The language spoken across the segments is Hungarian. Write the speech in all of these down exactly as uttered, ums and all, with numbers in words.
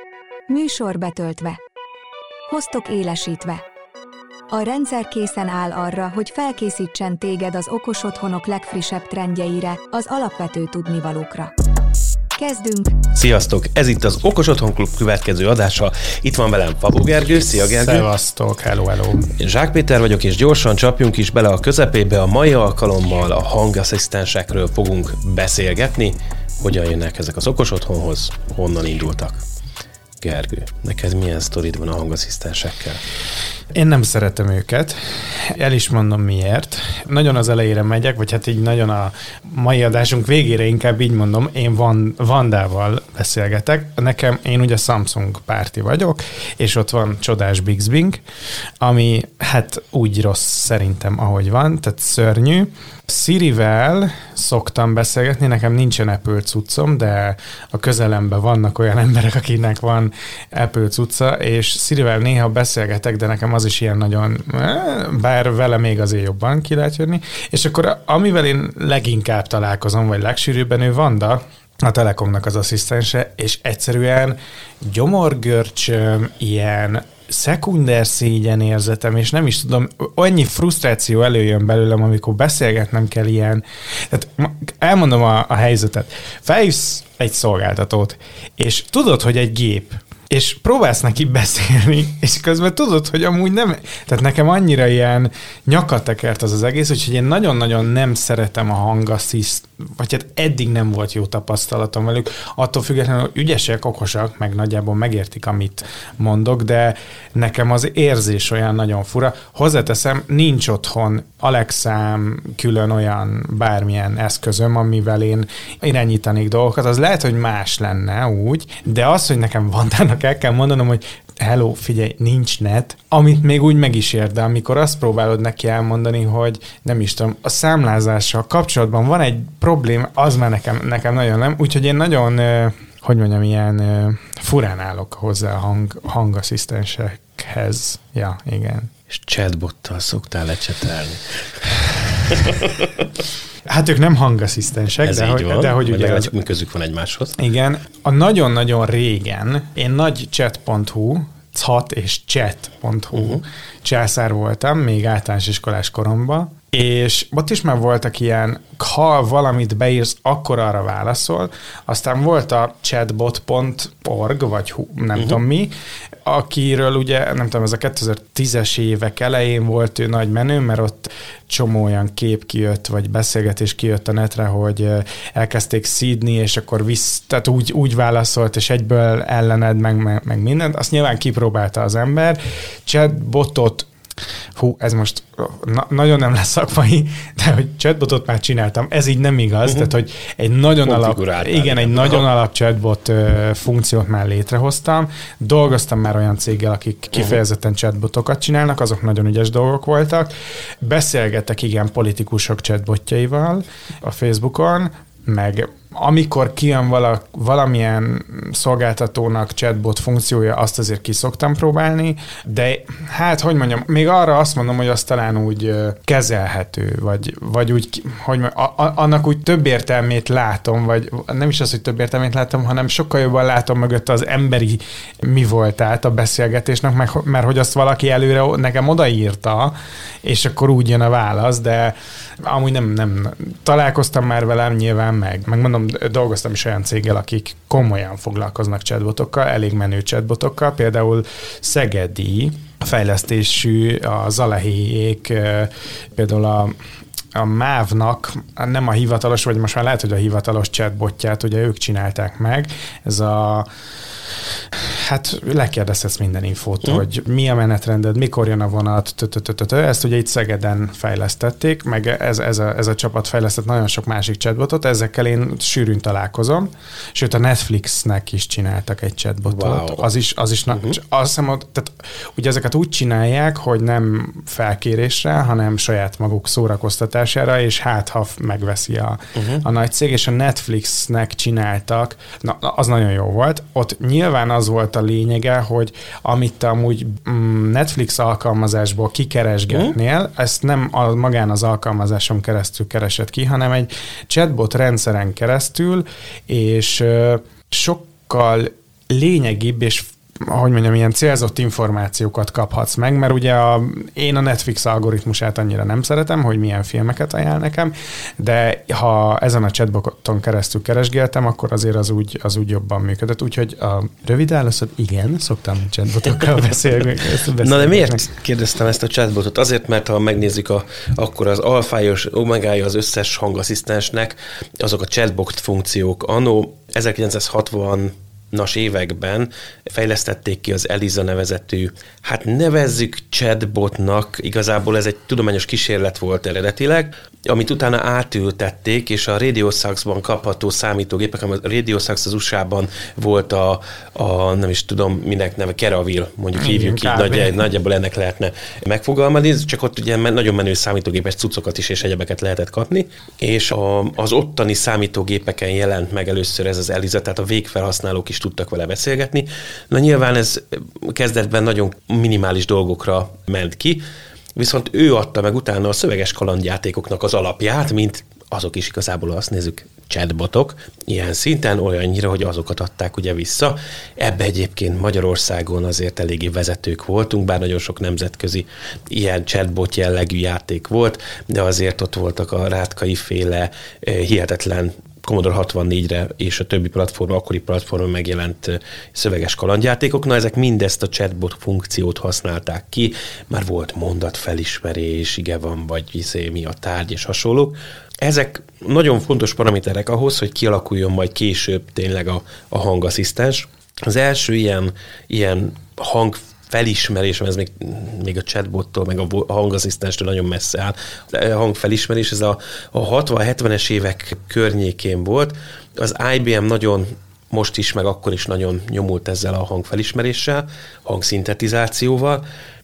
Műsor betöltve. Hoztok élesítve. A rendszer készen áll arra, hogy felkészítsen téged az okos otthonok legfrissebb trendjeire, az alapvető tudnivalókra. Kezdünk! Sziasztok! Ez itt az Okos Otthon Klub következő adása. Itt van velem Fabó Gergő. Szia Gergő! Szevasztok! Hello, hello! Én Zsák Péter vagyok, és gyorsan csapjunk is bele a közepébe. A mai alkalommal a hangasszisztensekről fogunk beszélgetni. Hogyan jönnek ezek az okos otthonhoz? Honnan indultak? Gergő, neked milyen sztorid van a hangasszisztensekkel? Én nem szeretem őket. El is mondom miért. Nagyon az elejére megyek, vagy hát így nagyon a mai adásunk végére inkább így mondom, én van, Vandával beszélgetek. Nekem, én ugye Samsung párti vagyok, és ott van csodás Bixbing, ami hát úgy rossz szerintem, ahogy van, tehát szörnyű. Sirivel szoktam beszélgetni, nekem nincsen Apple cuccom, de a közelemben vannak olyan emberek, akiknek van Apple cucca, és Sirivel néha beszélgetek, de nekem az is ilyen nagyon, bár vele még azért jobban ki lehet jönni. És akkor amivel én leginkább találkozom, vagy legsűrűbben, ő Vanda, a Telekomnak az asszisztense, és egyszerűen gyomorgörcsöm, ilyen szekunder szégyenérzetem, és nem is tudom, annyi frusztráció előjön belőlem, amikor beszélgetnem kell ilyen. Tehát elmondom a, a helyzetet. Felhívsz egy szolgáltatót, és tudod, hogy egy gép, és próbálsz neki beszélni, és közben tudod, hogy amúgy nem, tehát nekem annyira ilyen nyakatekert az az egész, úgyhogy én nagyon-nagyon nem szeretem a hangassziszt, vagy hát eddig nem volt jó tapasztalatom velük, attól függetlenül ügyesek, okosak, meg nagyjából megértik, amit mondok, de nekem az érzés olyan nagyon fura. Hozzáteszem, nincs otthon Alexám, külön olyan bármilyen eszközöm, amivel én irányítanék dolgokat, az lehet, hogy más lenne úgy, de az, hogy nekem Vandának el kell mondanom, hogy hello, figyelj, nincs net, amit még úgy meg is ér, de amikor azt próbálod neki elmondani, hogy nem is tudom, a számlázással kapcsolatban van egy probléma, az már nekem, nekem nagyon nem, úgyhogy én nagyon, hogy mondjam, ilyen furán állok hozzá a hang, hangasszisztensekhez. Ja, igen. És chatbottal szoktál lecsetelni? Hát ők nem hangasszisztensek, de hogy, van, de hogy ugye... Az... mi közük van egymáshoz. Igen. A nagyon-nagyon régen én nagy chat pont hu, cat és chat pont hu uh-huh. császár voltam, még általános iskolás koromban, és ott is már voltak ilyen, ha valamit beírsz, akkor arra válaszol. Aztán volt a chatbot pont org, vagy hu, nem uh-huh. tudom mi, akiről ugye, nem tudom, ez a kétezer-tízes évek elején volt ő nagy menő, mert ott csomó olyan kép kijött, vagy beszélgetés kijött a netre, hogy elkezdték szídni, és akkor visz, tehát úgy, úgy válaszolt, és egyből ellened, meg, meg mindent. Azt nyilván kipróbálta az ember. Chatbotot Hú, ez most na, nagyon nem lesz szakmai, de hogy chatbotot már csináltam, ez így nem igaz, uh-huh. tehát hogy egy nagyon alap, igen, egy nagyon alap chatbot uh, funkciót már létrehoztam, dolgoztam már olyan céggel, akik kifejezetten chatbotokat csinálnak, azok nagyon ügyes dolgok voltak, beszélgetek igen politikusok chatbotjaival a Facebookon, meg amikor kijön vala, valamilyen szolgáltatónak chatbot funkciója, azt azért ki szoktam próbálni, de hát, hogy mondjam, még arra azt mondom, hogy az talán úgy kezelhető, vagy, vagy úgy, hogy a, a, annak úgy több értelmét látom, vagy nem is az, hogy több értelmét látom, hanem sokkal jobban látom mögött az emberi mi voltát a beszélgetésnek, mert, mert hogy azt valaki előre nekem odaírta, és akkor úgy jön a válasz, de amúgy nem, nem találkoztam már velem nyilván meg, megmondom, dolgoztam is olyan céggel, akik komolyan foglalkoznak chatbotokkal, elég menő chatbotokkal, például szegedi fejlesztésű, a Zalehéjék, például a a mávnak nem a hivatalos, vagy most már lehet, hogy a hivatalos chatbotját, ugye ők csinálták meg, ez a hát lekérdezhetsz minden infót, mm. hogy mi a menetrended, mikor jön a vonat, ezt ugye itt Szegeden fejlesztették, meg ez, ez, a, ez a csapat fejlesztett nagyon sok másik chatbotot, ezekkel én sűrűn találkozom, sőt a Netflixnek is csináltak egy chatbotot, wow. az is, az is uh-huh. na, azt hiszem, tehát ugye ezeket úgy csinálják, hogy nem felkérésre, hanem saját maguk szórakoztatására, és hát ha megveszi a, uh-huh. a nagy cég, és a Netflixnek csináltak, na, az nagyon jó volt, ott nyilván az volt a lényege, hogy amit te amúgy mm, Netflix alkalmazásból kikeresgetnél, mm. ezt nem a, magán az alkalmazáson keresztül keresed ki, hanem egy chatbot rendszeren keresztül, és uh, sokkal lényegibb és ahogy mondjam, ilyen célzott információkat kaphatsz meg, mert ugye a, én a Netflix algoritmusát annyira nem szeretem, hogy milyen filmeket ajánl nekem, de ha ezen a chatboton keresztül keresgéltem, akkor azért az úgy, az úgy jobban működött. Úgyhogy a rövid válaszod, igen, szoktam chatbotokkal beszélni. Na de miért kérdeztem ezt a chatbotot? Azért, mert ha megnézzük, a, akkor az alfája, omegája az összes hangasszisztensnek, azok a chatbot funkciók annó ezerkilencszázhatvanas években fejlesztették ki az Eliza nevezetű, hát nevezzük chatbotnak, igazából ez egy tudományos kísérlet volt eredetileg, amit utána átültették, és a RadioSucksban kapható számítógépek, a RadioSucks az u es á-ban volt a, a nem is tudom, minek neve, Keravil, mondjuk hívjuk így, nagy, nagyjából ennek lehetne megfogalmazni, csak ott ugye nagyon menő számítógépes cuccokat is és egyebeket lehetett kapni, és a, az ottani számítógépeken jelent meg először ez az Eliza, tehát a végfelhasználók is tudtak vele beszélgetni. Na nyilván ez kezdetben nagyon minimális dolgokra ment ki, viszont ő adta meg utána a szöveges kalandjátékoknak az alapját, mint azok is igazából, azt nézzük, chatbotok, ilyen szinten olyannyira, hogy azokat adták ugye vissza. Ebbe egyébként Magyarországon azért eléggé vezetők voltunk, bár nagyon sok nemzetközi ilyen chatbot jellegű játék volt, de azért ott voltak a Rátkai féle hihetetlen Commodore hatvannégyre és a többi platform, akkori platformon megjelent szöveges kalandjátékok. Na, ezek mindezt a chatbot funkciót használták ki, már volt mondatfelismerés, igen van, vagy viszé, mi a tárgy és hasonlók. Ezek nagyon fontos paraméterek ahhoz, hogy kialakuljon majd később tényleg a, a hangasszisztens. Az első ilyen, ilyen hang felismerés, ez még, még a chatbottól, meg a hangasszisztenstől nagyon messze áll. A hangfelismerés, ez a, a hatvan-hetvenes évek környékén volt. Az i bé em nagyon most is, meg akkor is nagyon nyomult ezzel a hangfelismeréssel, hangszintetizációval,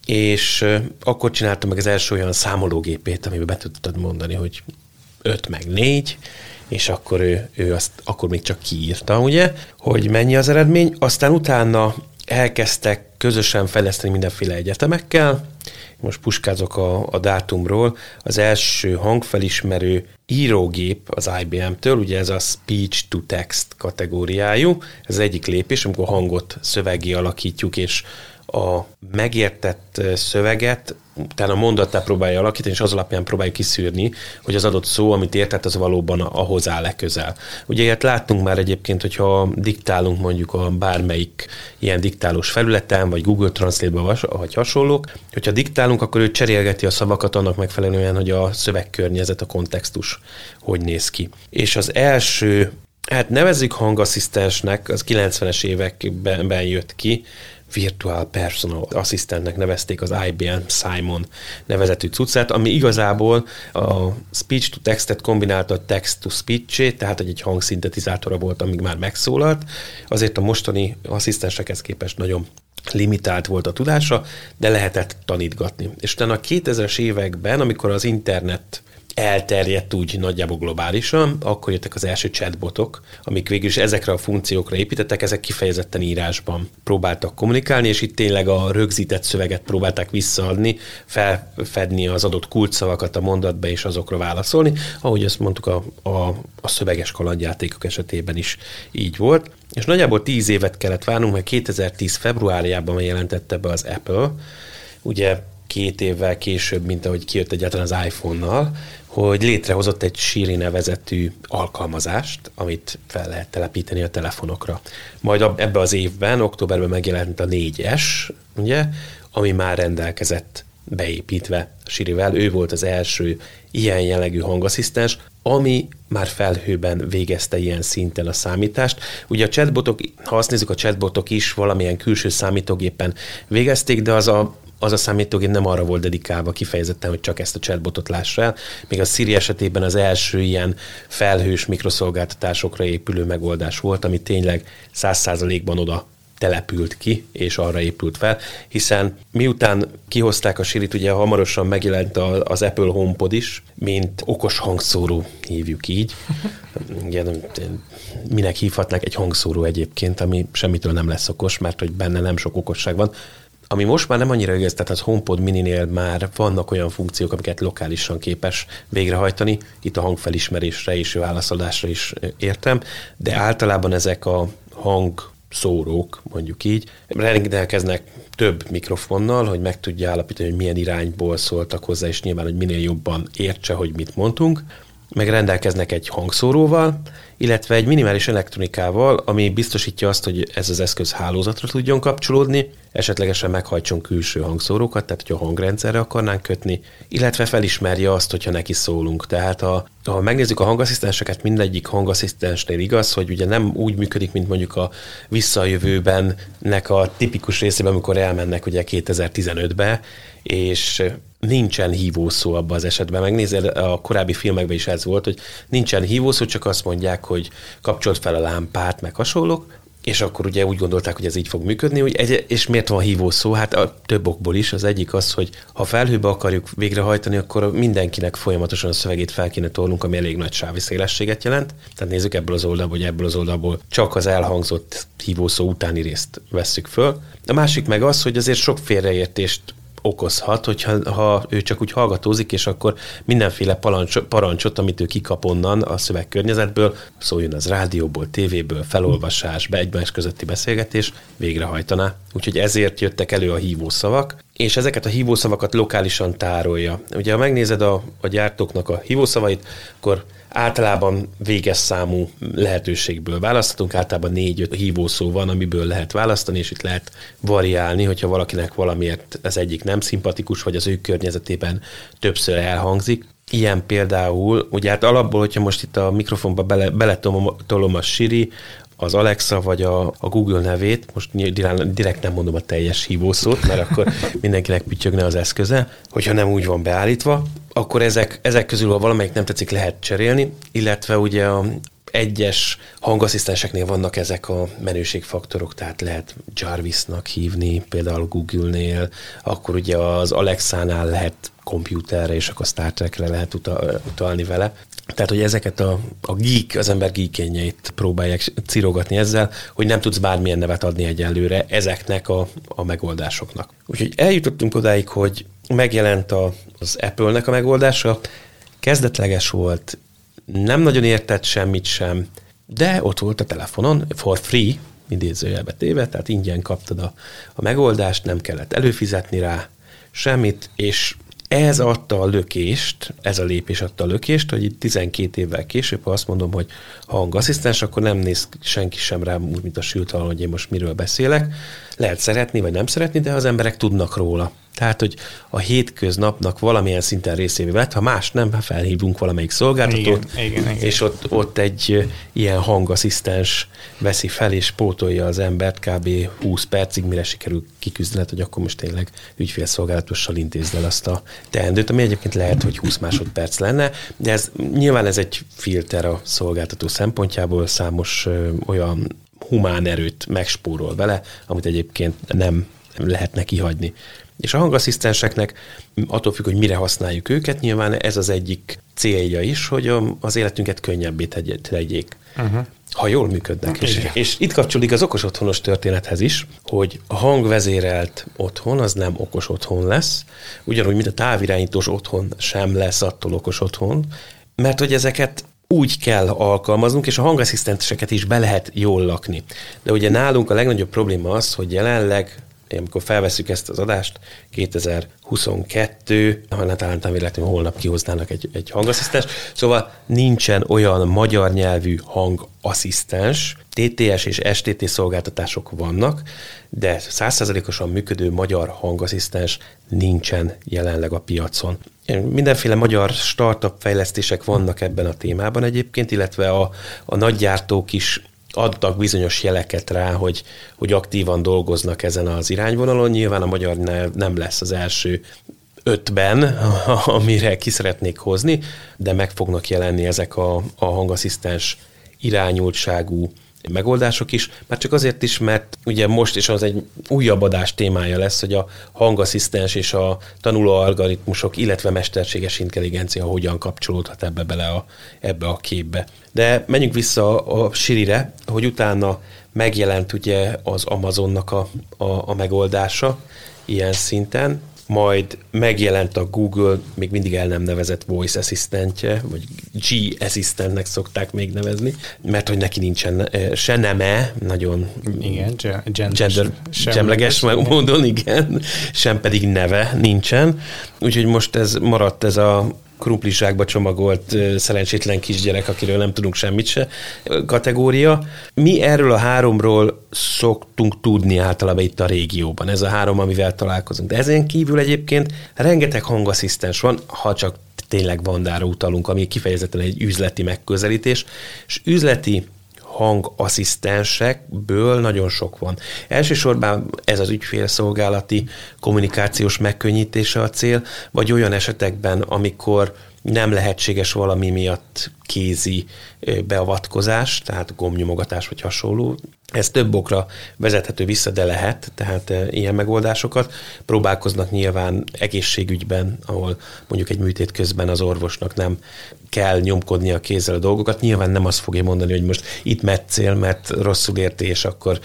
és akkor csinálta meg az első olyan számológépét, amiben be tudtad mondani, hogy öt meg négy, és akkor ő, ő azt akkor még csak kiírta, ugye, hogy mennyi az eredmény. Aztán utána elkezdtek közösen fejleszteni mindenféle egyetemekkel. Most puskázok a, a dátumról. Az első hangfelismerő írógép az i bé em-től, ugye ez a speech to text kategóriájú. Ez az egyik lépés, amikor hangot szöveggé alakítjuk, és a megértett szöveget utána mondattá próbálja alakítani, és az alapján próbáljuk kiszűrni, hogy az adott szó, amit értett, az valóban ahhoz áll-e közel. Ugye ilyet láttunk már egyébként, hogyha diktálunk mondjuk a bármelyik ilyen diktálós felületen, vagy Google Translate-ban, vagy hasonlók, hogyha diktálunk, akkor ő cserélgeti a szavakat annak megfelelően, hogy a szövegkörnyezet, a kontextus hogy néz ki. És az első, hát nevezzük hangasszisztensnek, az kilencvenes években jött ki, Virtual Personal Assistantnek nevezték az i bé em Simon nevezetű cuccát, ami igazából a speech to textet kombinálta a text to speech-ét, tehát egy hangszintetizátora volt, amíg már megszólalt. Azért a mostani asszisztensekhez képest nagyon limitált volt a tudása, de lehetett tanítgatni. És utána a kétezres években, amikor az internet elterjedt úgy nagyjából globálisan, akkor jöttek az első chatbotok, amik végül is ezekre a funkciókra építettek, ezek kifejezetten írásban próbáltak kommunikálni, és itt tényleg a rögzített szöveget próbálták visszaadni, felfedni az adott kulcsszavakat a mondatba, és azokra válaszolni, ahogy ezt mondtuk a, a, a szöveges kalandjátékok esetében is így volt. És nagyjából tíz évet kellett várnunk, mert kétezer-tíz februárjában jelentette be az Apple, ugye két évvel később, mint ahogy kijött egyáltalán az iPhone-nal, hogy létrehozott egy Siri nevezetű alkalmazást, amit fel lehet telepíteni a telefonokra. Majd ebben az évben, októberben megjelent a négyes, ugye, ami már rendelkezett beépítve a Sirivel. Ő volt az első ilyen jellegű hangasszisztens, ami már felhőben végezte ilyen szinten a számítást. Ugye a chatbotok, ha azt nézzük, a chatbotok is valamilyen külső számítógépen végezték, de az a az a számítógép nem arra volt dedikálva kifejezetten, hogy csak ezt a chatbotot lássa el. Még a Siri esetében az első ilyen felhős mikroszolgáltatásokra épülő megoldás volt, ami tényleg száz százalékban oda települt ki, és arra épült fel, hiszen miután kihozták a Sirit, ugye hamarosan megjelent az Apple HomePod is, mint okos hangszóró, hívjuk így. Igen, minek hívhatnák egy hangszóró egyébként, ami semmitől nem lesz okos, mert hogy benne nem sok okosság van. Ami most már nem annyira igaz, tehát az HomePod Mininél már vannak olyan funkciók, amiket lokálisan képes végrehajtani, itt a hangfelismerésre és válaszadásra is értem, de általában ezek a hang szórók, mondjuk így, rendelkeznek több mikrofonnal, hogy meg tudja állapítani, hogy milyen irányból szóltak hozzá, és nyilván, hogy minél jobban értse, hogy mit mondtunk, meg rendelkeznek egy hangszóróval, illetve egy minimális elektronikával, ami biztosítja azt, hogy ez az eszköz hálózatra tudjon kapcsolódni, esetlegesen meghajtson külső hangszórókat, tehát hogy a hangrendszerre akarnánk kötni, illetve felismerje azt, hogyha neki szólunk. Tehát ha, ha megnézzük a hangasszisztenseket, mindegyik hangasszisztensnél igaz, hogy ugye nem úgy működik, mint mondjuk a visszajövőben nek a tipikus részében, amikor elmennek ugye kétezer-tizenötbe, és nincsen hívószó abban az esetben. Megnézed, a korábbi filmekben is ez volt, hogy nincsen hívószó, csak azt mondják, hogy kapcsolt fel a lámpát, meg hasonlók, és akkor ugye úgy gondolták, hogy ez így fog működni, hogy egy, és miért van hívószó? Hát a több okból is. Az egyik az, hogy ha felhőbe akarjuk végrehajtani, akkor mindenkinek folyamatosan a szövegét fel kéne tolnunk, ami elég nagy sávi szélességet jelent. Tehát nézzük ebből az oldalból, hogy ebből az oldalból csak az elhangzott hívószó utáni részt vesszük föl. A másik meg az, hogy azért sok félreértést okozhat, hogyha ha ő csak úgy hallgatózik, és akkor mindenféle parancs, parancsot, amit ő kikap onnan a szövegkörnyezetből, szóljon az rádióból, tévéből, felolvasás, be egymás közötti beszélgetés, végrehajtaná. Úgyhogy ezért jöttek elő a hívószavak, és ezeket a hívószavakat lokálisan tárolja. Ugye, ha megnézed a, a gyártóknak a hívószavait, akkor általában véges számú lehetőségből választhatunk, általában négy-öt hívószó van, amiből lehet választani, és itt lehet variálni, hogyha valakinek valamiért az egyik nem szimpatikus, vagy az ő környezetében többször elhangzik. Ilyen például, ugye hát alapból, hogyha most itt a mikrofonba bele, beletolom a Siri, az Alexa vagy a, a Google nevét, most direkt nem mondom a teljes hívószót, mert akkor mindenkinek püttyögne az eszköze, hogyha nem úgy van beállítva, akkor ezek, ezek közül, ha valamelyik nem tetszik, lehet cserélni, illetve ugye a egyes hangasszisztenseknél vannak ezek a menőségfaktorok, tehát lehet Jarvisnak hívni, például Google-nél, akkor ugye az Alexánál lehet kompjúterre, és akkor Star Trekre lehet utal, utalni vele. Tehát, hogy ezeket a, a geek, az ember geekényeit próbálják cirogatni ezzel, hogy nem tudsz bármilyen nevet adni egyelőre ezeknek a, a megoldásoknak. Úgyhogy eljutottunk odáig, hogy megjelent a, az Apple-nek a megoldása, kezdetleges volt, nem nagyon értett semmit sem, de ott volt a telefonon, for free, idézőjelbe téve, tehát ingyen kaptad a, a megoldást, nem kellett előfizetni rá semmit, és ez adta a lökést, ez a lépés adta a lökést, hogy itt tizenkét évvel később, ha azt mondom, hogy hangasszisztens, akkor nem néz senki sem rám úgy, mint a sült halon, hogy én most miről beszélek. Lehet szeretni, vagy nem szeretni, de az emberek tudnak róla. Tehát, hogy a hétköznapnak valamilyen szinten részévé vett, ha más nem, felhívunk valamelyik szolgáltatót, igen, igen, igen. És ott, ott egy ilyen hangasszisztens veszi fel, és pótolja az embert kb. húsz percig, mire sikerül kiküzdenet, hogy akkor most tényleg ügyfélszolgálatossal intézd el azt a teendőt, ami egyébként lehet, hogy húsz másodperc lenne, de ez, nyilván ez egy filter a szolgáltató szempontjából, számos ö, olyan humán erőt megspórol vele, amit egyébként nem lehetne kihagyni. És a hangasszisztenseknek attól függ, hogy mire használjuk őket, nyilván ez az egyik célja is, hogy az életünket könnyebbé tegyék. Uh-huh. Ha jól működnek. És, és itt kapcsolódik az okos otthonos történethez is, hogy a hangvezérelt otthon az nem okos otthon lesz, ugyanúgy, mint a távirányítós otthon sem lesz attól okos otthon, mert hogy ezeket úgy kell alkalmaznunk, és a hangasszisztenseket is be lehet jól lakni. De ugye nálunk a legnagyobb probléma az, hogy jelenleg, amikor felveszük ezt az adást, kétezer-huszonkettő, ha talán véletlenül holnap kihoznának egy, egy hangasszisztens, szóval nincsen olyan magyar nyelvű hangasszisztens, té té es és es té té szolgáltatások vannak, de száz százalékosan működő magyar hangasszisztens nincsen jelenleg a piacon. Mindenféle magyar startup fejlesztések vannak ebben a témában egyébként, illetve a, a nagygyártók is adtak bizonyos jeleket rá, hogy, hogy aktívan dolgoznak ezen az irányvonalon. Nyilván a magyar nem lesz az első ötben, amire ki szeretnék hozni, de meg fognak jelenni ezek a, a hangasszisztens irányultságú megoldások is, már csak azért is, mert ugye most is az egy újabb adás témája lesz, hogy a hangasszisztens és a tanuló algoritmusok, illetve mesterséges intelligencia hogyan kapcsolódhat ebbe bele a, ebbe a képbe. De menjünk vissza a Sirire, hogy utána megjelent ugye az Amazonnak a, a, a megoldása ilyen szinten, majd megjelent a Google még mindig el nem nevezett voice assistantje, vagy G-assistantnek szokták még nevezni, mert hogy neki nincsen se neme, nagyon igen, gender semleges módon, igen, sem pedig neve nincsen. Úgyhogy most ez maradt ez a krumplizsákba csomagolt szerencsétlen kisgyerek, akiről nem tudunk semmit se kategória. Mi erről a háromról szoktunk tudni általában itt a régióban. Ez a három, amivel találkozunk. De ezen kívül egyébként rengeteg hangasszisztens van, ha csak tényleg Vandára utalunk, ami kifejezetten egy üzleti megközelítés, és üzleti hangasszisztensekből nagyon sok van. Elsősorban ez az ügyfélszolgálati kommunikációs megkönnyítése a cél, vagy olyan esetekben, amikor nem lehetséges valami miatt kézi beavatkozás, tehát gombnyomogatás vagy hasonló. Ez több okra vezethető vissza, de lehet, tehát ilyen megoldásokat próbálkoznak nyilván egészségügyben, ahol mondjuk egy műtét közben az orvosnak nem kell nyomkodni a kézzel a dolgokat. Nyilván nem azt fogja mondani, hogy most itt metszél, mert rosszul érti, és akkor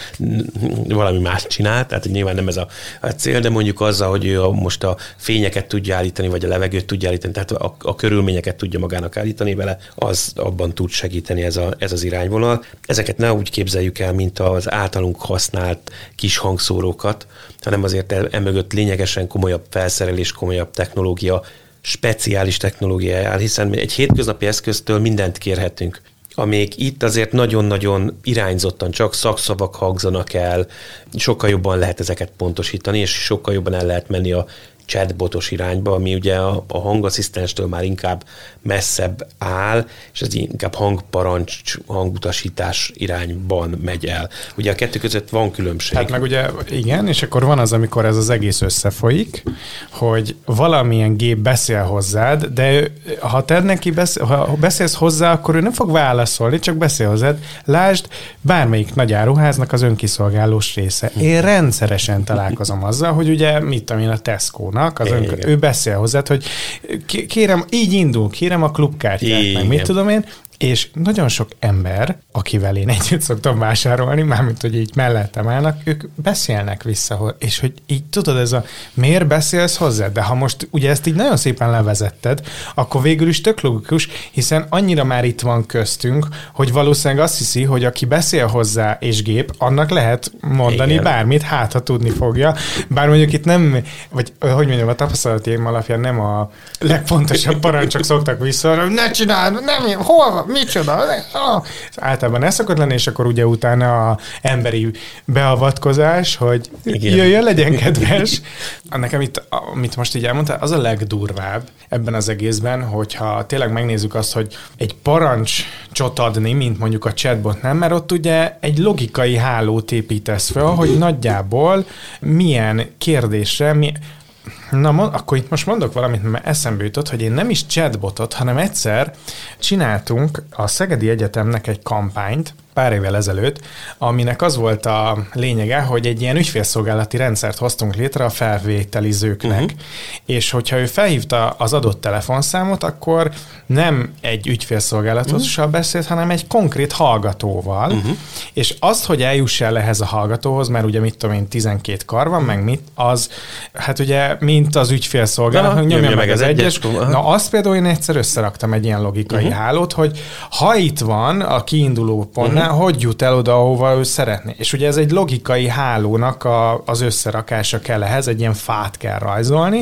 valami más csinál, tehát nyilván nem ez a, a cél, de mondjuk azzal, hogy ő a, most a fényeket tudja állítani, vagy a levegőt tudja állítani, tehát a, a körülményeket tudja magának állítani vele, az abban tud segíteni ez, a, ez az irányvonal. Ezeket ne úgy képzeljük el, mint az általunk használt kis hangszórókat, hanem azért emögött lényegesen komolyabb felszerelés, komolyabb technológia, speciális technológia áll, hiszen egy hétköznapi eszköztől mindent kérhetünk. Amíg itt azért nagyon-nagyon irányzottan csak szakszavak hangzanak el, sokkal jobban lehet ezeket pontosítani, és sokkal jobban el lehet menni a chatbotos irányba, ami ugye a, a hangasszisztenstől már inkább messzebb áll, és ez inkább hangparancs, hangutasítás irányban megy el. Ugye a kettő között van különbség. Hát meg ugye igen, és akkor van az, amikor ez az egész összefolyik, hogy valamilyen gép beszél hozzád, de ha te neki beszél, ha beszélsz hozzá, akkor ő nem fog válaszolni, csak beszél hozzád. Lásd, bármelyik nagy áruháznak az önkiszolgálós része. Én rendszeresen találkozom azzal, hogy ugye mit tudom én, a Tesco-nak, az ön, ő beszél hozzád, hogy kérem, így indul, kérem a klubkártyát, igen, meg mit tudom én, és nagyon sok ember, akivel én együtt szoktam vásárolni, mármint, hogy így mellettem állnak, ők beszélnek vissza, és hogy így tudod, ez a miért beszélsz hozzá? De ha most ugye ezt így nagyon szépen levezetted, akkor végül is tök logikus, hiszen annyira már itt van köztünk, hogy valószínűleg azt hiszi, hogy aki beszél hozzá és gép, annak lehet mondani igen. bármit, hát ha tudni fogja. Bár mondjuk itt nem, vagy hogy mondjam, a tapasztalataim alapján nem a legfontosabb parancsok szoktak vissza, hogy ne csináld, nem, hol van? Micsoda? Ah. Általában ez szokott lenni, és akkor ugye utána a emberi beavatkozás, hogy igen. jöjjön, legyen kedves. Nekem itt, amit most így elmondtál, az a legdurvább ebben az egészben, hogyha tényleg megnézzük azt, hogy egy parancsot adni, mint mondjuk a chatbotnál, mert ott ugye egy logikai hálót építesz fel, hogy nagyjából milyen kérdésre, mi, na, akkor itt most mondok valamit, mert eszembe jutott, hogy én nem is chatbotot, hanem egyszer csináltunk a Szegedi Egyetemnek egy kampányt, pár évvel ezelőtt, aminek az volt a lényege, hogy egy ilyen ügyfélszolgálati rendszert hoztunk létre a felvételizőknek, uh-huh. és hogyha ő felhívta az adott telefonszámot, akkor nem egy ügyfélszolgálatossal uh-huh. beszélt, hanem egy konkrét hallgatóval, uh-huh. és azt, hogy eljuss el ehhez a hallgatóhoz, mert ugye mit tudom én, tizenkét kar van, meg mit, az, hát ugye, mint az ügyfélszolgálat, nyomja, nyomja meg az egyes. egyes. Na, azt például én egyszer összeraktam egy ilyen logikai uh-huh. hálót, hogy ha itt van a kiinduló pontnál, uh-huh. hogy jut el oda, ahova ő szeretné. És ugye ez egy logikai hálónak a, az összerakása kell ehhez, egy ilyen fát kell rajzolni,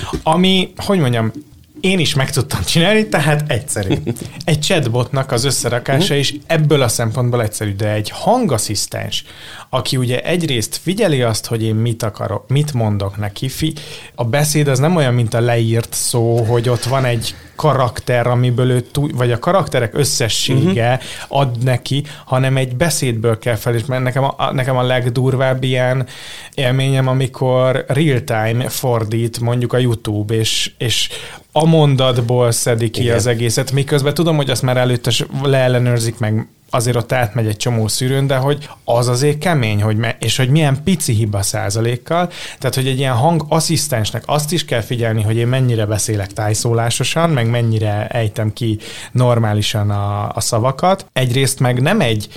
ami, hogy mondjam, én is meg tudtam csinálni, tehát egyszerű. Egy chatbotnak az összerakása is ebből a szempontból egyszerű, de egy hangasszisztens, aki ugye egyrészt figyeli azt, hogy én mit akarok, mit mondok neki, fi, a beszéd az nem olyan, mint a leírt szó, hogy ott van egy karakter, amiből ő tud, vagy a karakterek összessége uh-huh. ad neki, hanem egy beszédből kell fel, és nekem a, nekem a legdurvább ilyen élményem, amikor real-time fordít mondjuk a YouTube, és, és a mondatból szedi ki igen. az egészet, miközben tudom, hogy azt már előtte leellenőrzik, meg azért ott átmegy egy csomó szűrőn, de hogy az azért kemény, hogy me- és hogy milyen pici hiba százalékkal, tehát hogy egy ilyen hangasszisztensnek azt is kell figyelni, hogy én mennyire beszélek tájszólásosan, meg mennyire ejtem ki normálisan a, a szavakat. Egyrészt meg nem egy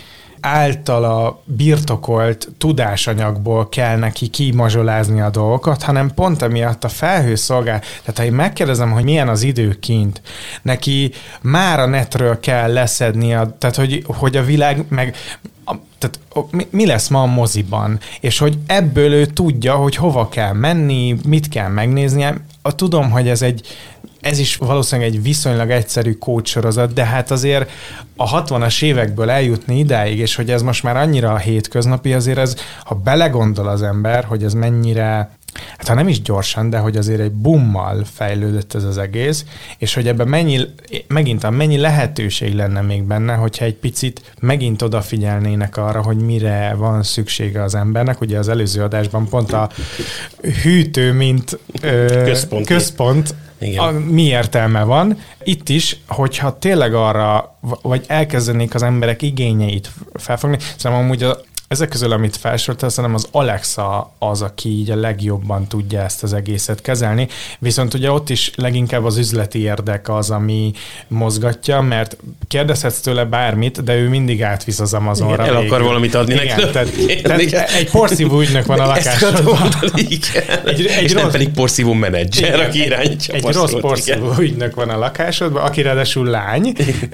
általa birtokolt tudásanyagból kell neki kimazsolázni a dolgokat, hanem pont emiatt a felhő szolgál. Tehát ha én megkérdezem, hogy milyen az idő kint, neki már a netről kell leszedni, a, tehát hogy, hogy a világ meg... A, tehát mi lesz ma a moziban, és hogy ebből ő tudja, hogy hova kell menni, mit kell megnéznie. A, tudom, hogy ez egy Ez is valószínűleg egy viszonylag egyszerű kódsorozat, de hát azért a hatvanas évekből eljutni idáig, és hogy ez most már annyira a hétköznapi, azért ez, ha belegondol az ember, hogy ez mennyire, hát ha nem is gyorsan, de hogy azért egy bummal fejlődött ez az egész, és hogy ebben mennyi, megint mennyi lehetőség lenne még benne, hogyha egy picit megint odafigyelnének arra, hogy mire van szüksége az embernek. Ugye az előző adásban pont a hűtő, mint ö, központ, A, mi értelme van. Itt is, hogyha tényleg arra, vagy elkezdenék az emberek igényeit felfogni, szerintem amúgy a, ezek közül, amit felsoroltál, szerintem az Alexa az, aki így a legjobban tudja ezt az egészet kezelni, viszont ugye ott is leginkább az üzleti érdek az, ami mozgatja, mert kérdezhetsz tőle bármit, de ő mindig átvisz az Amazonra. Igen, el akar végül. valamit adni igen, neki. Tehát, tehát egy porszívó ügynök van a lakásodban. Egy, egy és rossz, nem pedig porszívó menedzser, aki irányítja. Egy rossz porszívó ügynök van a lakásodban, aki ráadásul lány.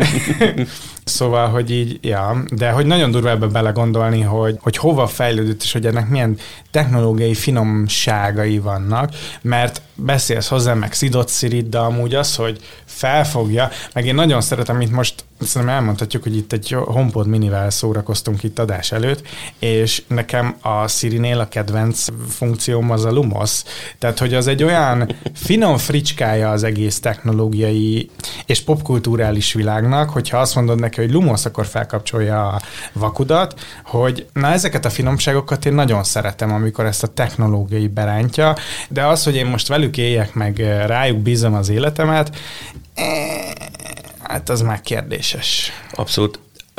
Szóval, hogy így, ja, de hogy nagyon durva ebbe belegondolni, hogy, hogy hova fejlődött, és hogy ennek milyen technológiai finomságai vannak, mert beszélsz hozzá, meg Szidott Szirit, de amúgy az, hogy felfogja, meg én nagyon szeretem, itt most szerintem elmondhatjuk, hogy itt egy HomePod minivel szórakoztunk itt adás előtt, és nekem a Sirinél a kedvenc funkcióm az a Lumos, tehát hogy az egy olyan finom fricskája az egész technológiai és popkulturális világnak, hogyha azt mondod neki, hogy Lumos, akkor felkapcsolja a vakudat, hogy na ezeket a finomságokat én nagyon szeretem, amikor ezt a technológiai berántja, de az, hogy én most velük éljek, meg rájuk bízom az életemet, hát az már kérdéses. Abszolút.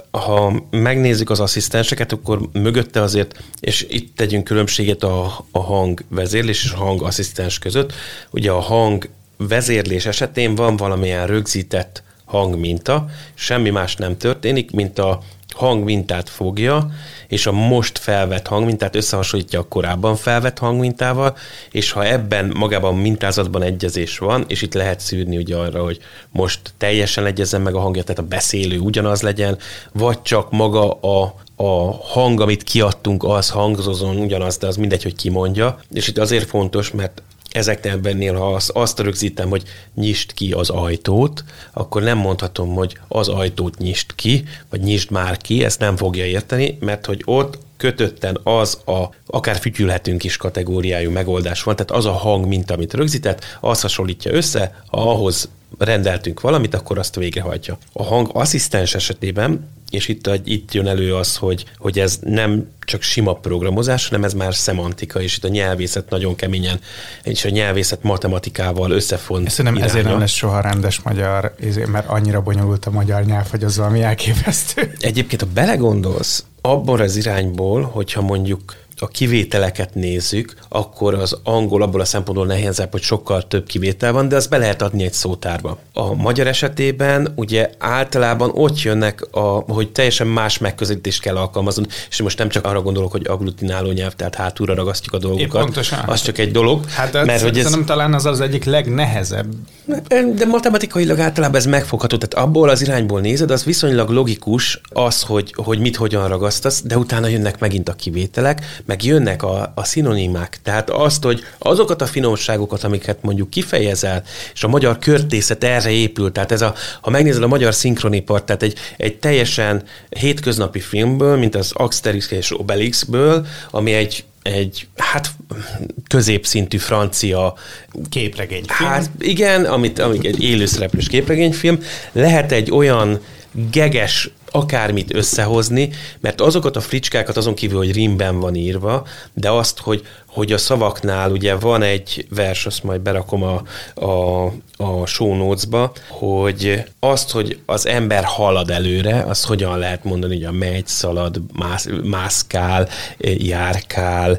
Ha megnézzük az asszisztenseket, akkor mögötte azért, és itt tegyünk különbséget a, a hangvezérlés és a hangasszisztens között. Ugye a hangvezérlés esetén van valamilyen rögzített hangminta, semmi más nem történik, mint a hangmintát fogja, és a most felvett hangmintát összehasonlítja a korábban felvett hangmintával, és ha ebben magában a mintázatban egyezés van, és itt lehet szűrni ugye arra, hogy most teljesen egyezzen meg a hangja, tehát a beszélő ugyanaz legyen, vagy csak maga a, a hang, amit kiadtunk, az hangzózon ugyanaz, de az mindegy, hogy ki mondja. És itt azért fontos, mert ezeknél, ha azt, azt rögzítem, hogy nyisd ki az ajtót, akkor nem mondhatom, hogy az ajtót nyisd ki, vagy nyisd már ki, ezt nem fogja érteni, mert hogy ott kötötten az a, akár fütyülhetünk is kategóriájú megoldás van, tehát az a hang, mint amit rögzített, az hasonlítja össze, ha ahhoz rendeltünk valamit, akkor azt végrehajtja. A hangasszisztens esetében, és itt, itt jön elő az, hogy, hogy ez nem csak sima programozás, hanem ez már szemantika, és itt a nyelvészet nagyon keményen, és a nyelvészet matematikával összefont Szerintem iránya. Ezért nem lesz soha rendes magyar, mert annyira bonyolult a magyar nyelv, hogy az valami elképesztő. Egyébként, ha belegondolsz abban az irányból, hogyha mondjuk a kivételeket nézzük, akkor az angol abból a szempontból nehezebb, hogy sokkal több kivétel van, de azt be lehet adni egy szótárba. A magyar esetében ugye általában ott jönnek, a, hogy teljesen más megközelítést kell alkalmazni, és most nem csak arra gondolok, hogy agglutináló nyelv, tehát hátulra ragasztjuk a dolgokat. Az csak egy dolog. Hát mert hogy ez nem talán az az egyik legnehezebb. De matematikailag általában ez megfogható, tehát abból az irányból nézed, az viszonylag logikus az, hogy, hogy mit hogyan ragasztasz, de utána jönnek megint a kivételek, meg jönnek a, a szinonimák. Tehát azt, hogy azokat a finomságokat, amiket mondjuk kifejezel, és a magyar költészet erre épül, tehát ez a, ha megnézed a magyar szinkronipart, tehát egy, egy teljesen hétköznapi filmből, mint az Asterix és Obelixből, ami egy egy, hát középszintű francia képregényfilm. Hát igen, amit, amit egy élőszereplős képregényfilm, lehet egy olyan geges akármit összehozni, mert azokat a fricskákat azon kívül, hogy rímben van írva, de azt, hogy, hogy a szavaknál ugye van egy vers, azt majd berakom a, a, a show notes-ba, hogy azt, hogy az ember halad előre, azt hogyan lehet mondani, hogy a megy, szalad, mász, mászkál, járkál,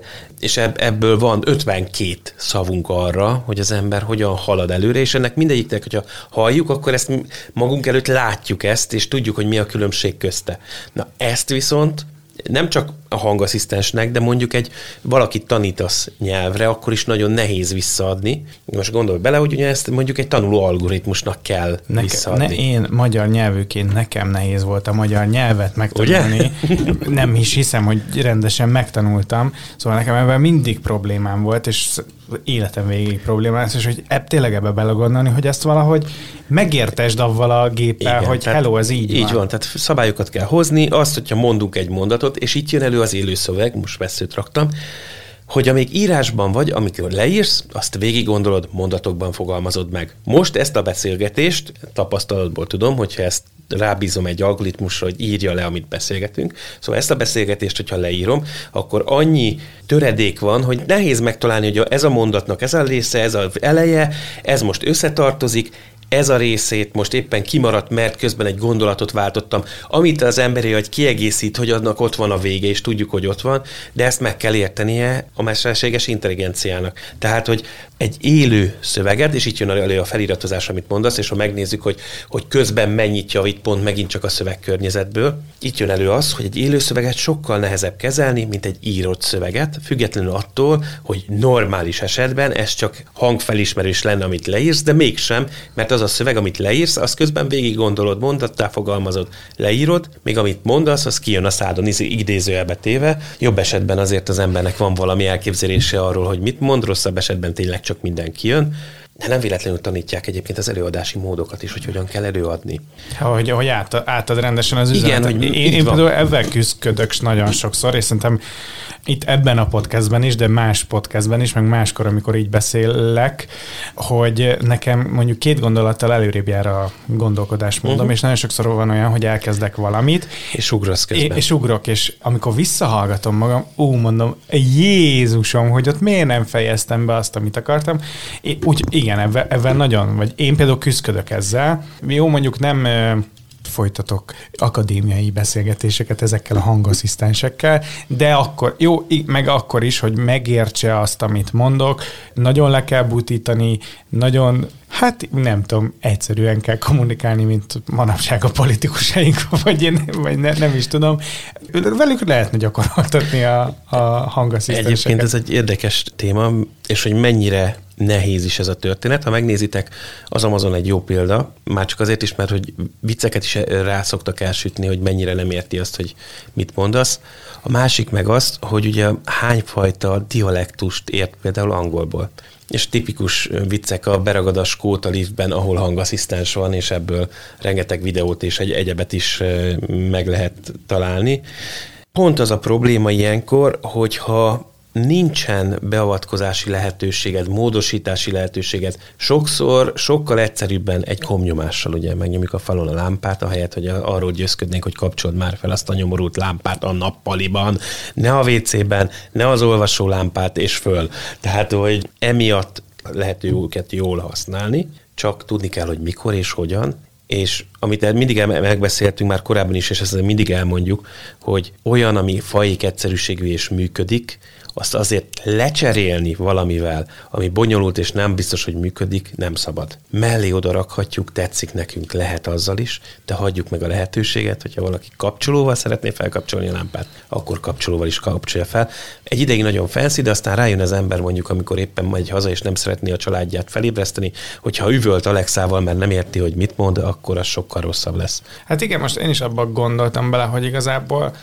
és ebből van ötvenkét szavunk arra, hogy az ember hogyan halad előre, és ennek mindegyiknek, hogyha halljuk, akkor ezt magunk előtt látjuk ezt, és tudjuk, hogy mi a különbség közte. Na, ezt viszont nem csak a hangasszisztensnek, de mondjuk egy valakit tanítasz nyelvre, akkor is nagyon nehéz visszaadni. Most gondolj bele, hogy ugye ezt mondjuk egy tanuló algoritmusnak kell Neke, visszaadni. Ne, én magyar nyelvűként nekem nehéz volt a magyar nyelvet megtanulni. Nem is hiszem, hogy rendesen megtanultam. Szóval nekem ebben mindig problémám volt, és életem végig problémám, és hogy ebb, tényleg ebbe belegondolni, hogy ezt valahogy megértesd avval a géppel, igen, hogy hello, ez így, így van. van. Tehát szabályokat kell hozni, azt, hogyha mondunk egy mondatot, és itt jön elő az élő szöveg, most veszőt raktam, hogy amíg írásban vagy, amikor leírsz, azt végig gondolod, mondatokban fogalmazod meg. Most ezt a beszélgetést, tapasztalatból tudom, hogyha ezt rábízom egy algoritmusra, hogy írja le, amit beszélgetünk. Szóval ezt a beszélgetést, hogyha leírom, akkor annyi töredék van, hogy nehéz megtalálni, hogy ez a mondatnak ez a része, ez az eleje, ez most összetartozik, ez a részét most éppen kimaradt, mert közben egy gondolatot váltottam, amit az emberi agy kiegészít, hogy annak ott van a vége, és tudjuk, hogy ott van, de ezt meg kell értenie a mesterséges intelligenciának. Tehát, hogy egy élő szöveget, és itt jön elő a feliratozás, amit mondasz, és ha megnézzük, hogy, hogy közben mennyit javít pont megint csak a szövegkörnyezetből, itt jön elő az, hogy egy élő szöveget sokkal nehezebb kezelni, mint egy írott szöveget, függetlenül attól, hogy normális esetben ez csak hangfelismerés lenne, amit leírsz, de mégsem, mert az a szöveg, amit leírsz, azt közben végig gondolod, mondattá fogalmazod, leírod, még amit mondasz, az kijön a szádon, idézőjelbe téve. Jobb esetben azért az embernek van valami elképzelése arról, hogy mit mond, rosszabb esetben tényleg csak minden kijön. De nem véletlenül tanítják egyébként az előadási módokat is, hogy hogyan kell előadni. Hogy, hogy át, átad rendesen az üzenetet. Igen, hogy én, én például ebben küzdködök nagyon sokszor, és szerintem itt ebben a podcastben is, de más podcastben is, meg máskor, amikor így beszélek, hogy nekem mondjuk két gondolattal előrébb jár a gondolkodásmódom, uh-huh. és nagyon sokszor van olyan, hogy elkezdek valamit. És ugrasz közben. És ugrok, és amikor visszahallgatom magam, ú, mondom, Jézusom, hogy ott miért nem fejeztem be azt, amit akartam. É, úgy, igen, ebben, ebben nagyon, vagy én például küzdködök ezzel. Jó, mondjuk nem folytatok akadémiai beszélgetéseket ezekkel a hangasszisztensekkel, de akkor, jó, meg akkor is, hogy megértse azt, amit mondok, nagyon le kell butítani, nagyon, hát nem tudom, egyszerűen kell kommunikálni, mint manapság a politikusaink, vagy én vagy ne, nem is tudom. Velük lehetne gyakoroltatni a, a hangasszisztenseket. Egyébként ez egy érdekes téma, és hogy mennyire nehéz is ez a történet. Ha megnézitek, az Amazon egy jó példa, már csak azért is, mert hogy vicceket is rá szoktak elsütni, hogy mennyire nem érti azt, hogy mit mondasz. A másik meg azt, hogy ugye hányfajta dialektust ért például angolból. És tipikus viccek a beragad a skót a liftben, ahol hangasszisztens van, és ebből rengeteg videót és egy egyebet is meg lehet találni. Pont az a probléma ilyenkor, hogyha nincsen beavatkozási lehetőséged, módosítási lehetőséged. Sokszor sokkal egyszerűbben egy komnyomással ugye megnyomjuk a falon a lámpát, ahelyett, hogy arról győzködnénk, hogy kapcsold már fel azt a nyomorult lámpát a nappaliban, ne a vécében, ne az olvasó lámpát, és föl. Tehát, hogy emiatt lehet őket jól használni, csak tudni kell, hogy mikor és hogyan, és amit mindig megbeszéltünk már korábban is, és ezt mindig elmondjuk, hogy olyan, ami fajék egyszerűségű és működik, azt azért lecserélni valamivel, ami bonyolult és nem biztos, hogy működik, nem szabad. Mellé oda rakhatjuk, tetszik nekünk, lehet azzal is, de hagyjuk meg a lehetőséget, hogyha valaki kapcsolóval szeretné felkapcsolni a lámpát, akkor kapcsolóval is kapcsolja fel. Egy ideig nagyon fancy, de aztán rájön az ember mondjuk, amikor éppen megy haza, és nem szeretné a családját felébreszteni, hogyha üvölt Alexával, mert nem érti, hogy mit mond, akkor az sokkal rosszabb lesz. Hát igen, most én is abban gondoltam bele, hogy igazából